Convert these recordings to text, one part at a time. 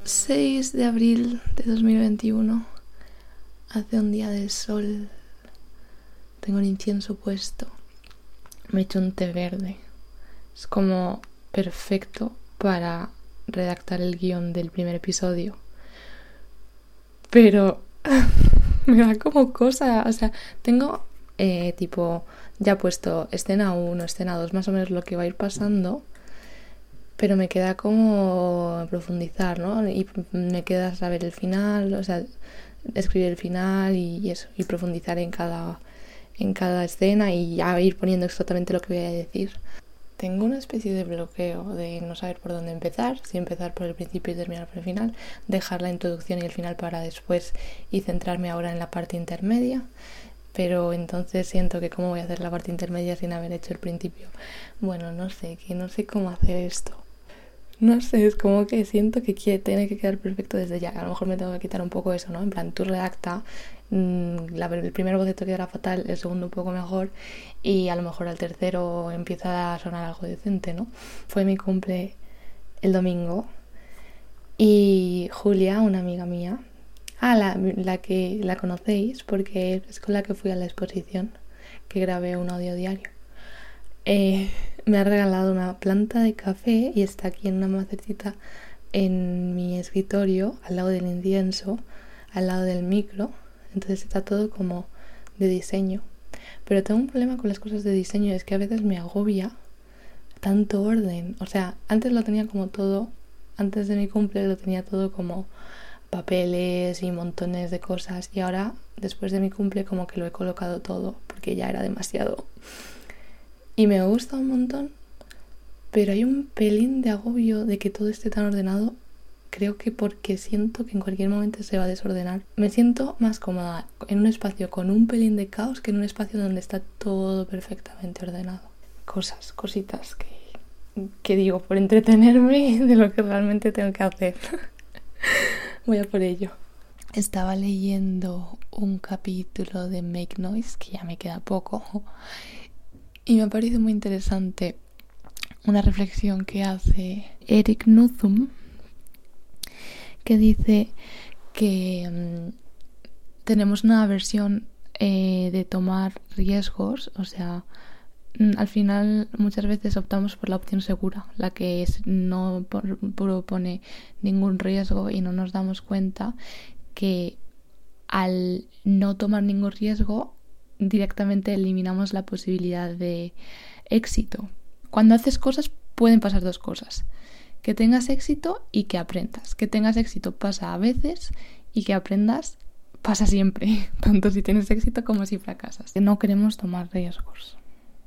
6 de abril de 2021. Hace un día de sol. Tengo el incienso puesto. Me he hecho un té verde. Es como perfecto para redactar el guión del primer episodio. Pero me da como cosa. O sea, tengo ya puesto escena 1, escena 2, más o menos lo que va a ir pasando. Pero me queda como profundizar, ¿no? Y me queda saber el final, o sea, escribir el final y eso, y profundizar en cada escena y ya ir poniendo exactamente lo que voy a decir. Tengo una especie de bloqueo de no saber por dónde empezar, si empezar por el principio y terminar por el final, dejar la introducción y el final para después y centrarme ahora en la parte intermedia. Pero entonces siento que cómo voy a hacer la parte intermedia sin haber hecho el principio. Bueno, no sé cómo hacer esto. No sé, es como que siento que tiene que quedar perfecto desde ya. A lo mejor me tengo que quitar un poco eso, ¿no? En plan, tú redacta, el primer boceto quedará fatal, el segundo un poco mejor y a lo mejor al tercero empieza a sonar algo decente, ¿no? Fue mi cumple el domingo y Julia, una amiga mía, la que la conocéis porque es con la que fui a la exposición, que grabé un audio diario. Me ha regalado una planta de café y está aquí en una macetita en mi escritorio, al lado del incienso, al lado del micro. Entonces está todo como de diseño. Pero tengo un problema con las cosas de diseño, es que a veces me agobia tanto orden. O sea, antes lo tenía como todo, antes de mi cumple lo tenía todo como papeles y montones de cosas. Y ahora, después de mi cumple, como que lo he colocado todo, porque ya era demasiado. Y me gusta un montón, pero hay un pelín de agobio de que todo esté tan ordenado. Creo que porque siento que en cualquier momento se va a desordenar. Me siento más cómoda en un espacio con un pelín de caos que en un espacio donde está todo perfectamente ordenado. Cositas que digo por entretenerme de lo que realmente tengo que hacer. Voy a por ello. Estaba leyendo un capítulo de Make Noise, que ya me queda poco, y me parece muy interesante una reflexión que hace Eric Nuthum, que dice que tenemos una aversión de tomar riesgos, o sea, al final muchas veces optamos por la opción segura, la que no propone ningún riesgo, y no nos damos cuenta que al no tomar ningún riesgo directamente eliminamos la posibilidad de éxito. Cuando haces cosas pueden pasar dos cosas: que tengas éxito y que aprendas. Que tengas éxito pasa a veces y que aprendas pasa siempre, tanto si tienes éxito como si fracasas. No queremos tomar riesgos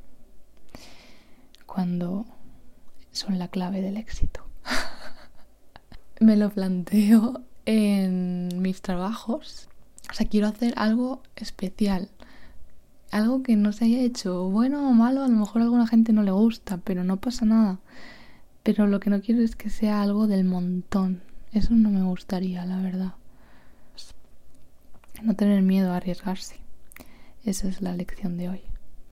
cuando son la clave del éxito. Me lo planteo en mis trabajos. O sea, quiero hacer algo especial, algo que no se haya hecho, bueno o malo. A lo mejor a alguna gente no le gusta, pero no pasa nada. Pero lo que no quiero es que sea algo del montón. Eso no me gustaría, la verdad. No tener miedo a arriesgarse. Esa es la lección de hoy.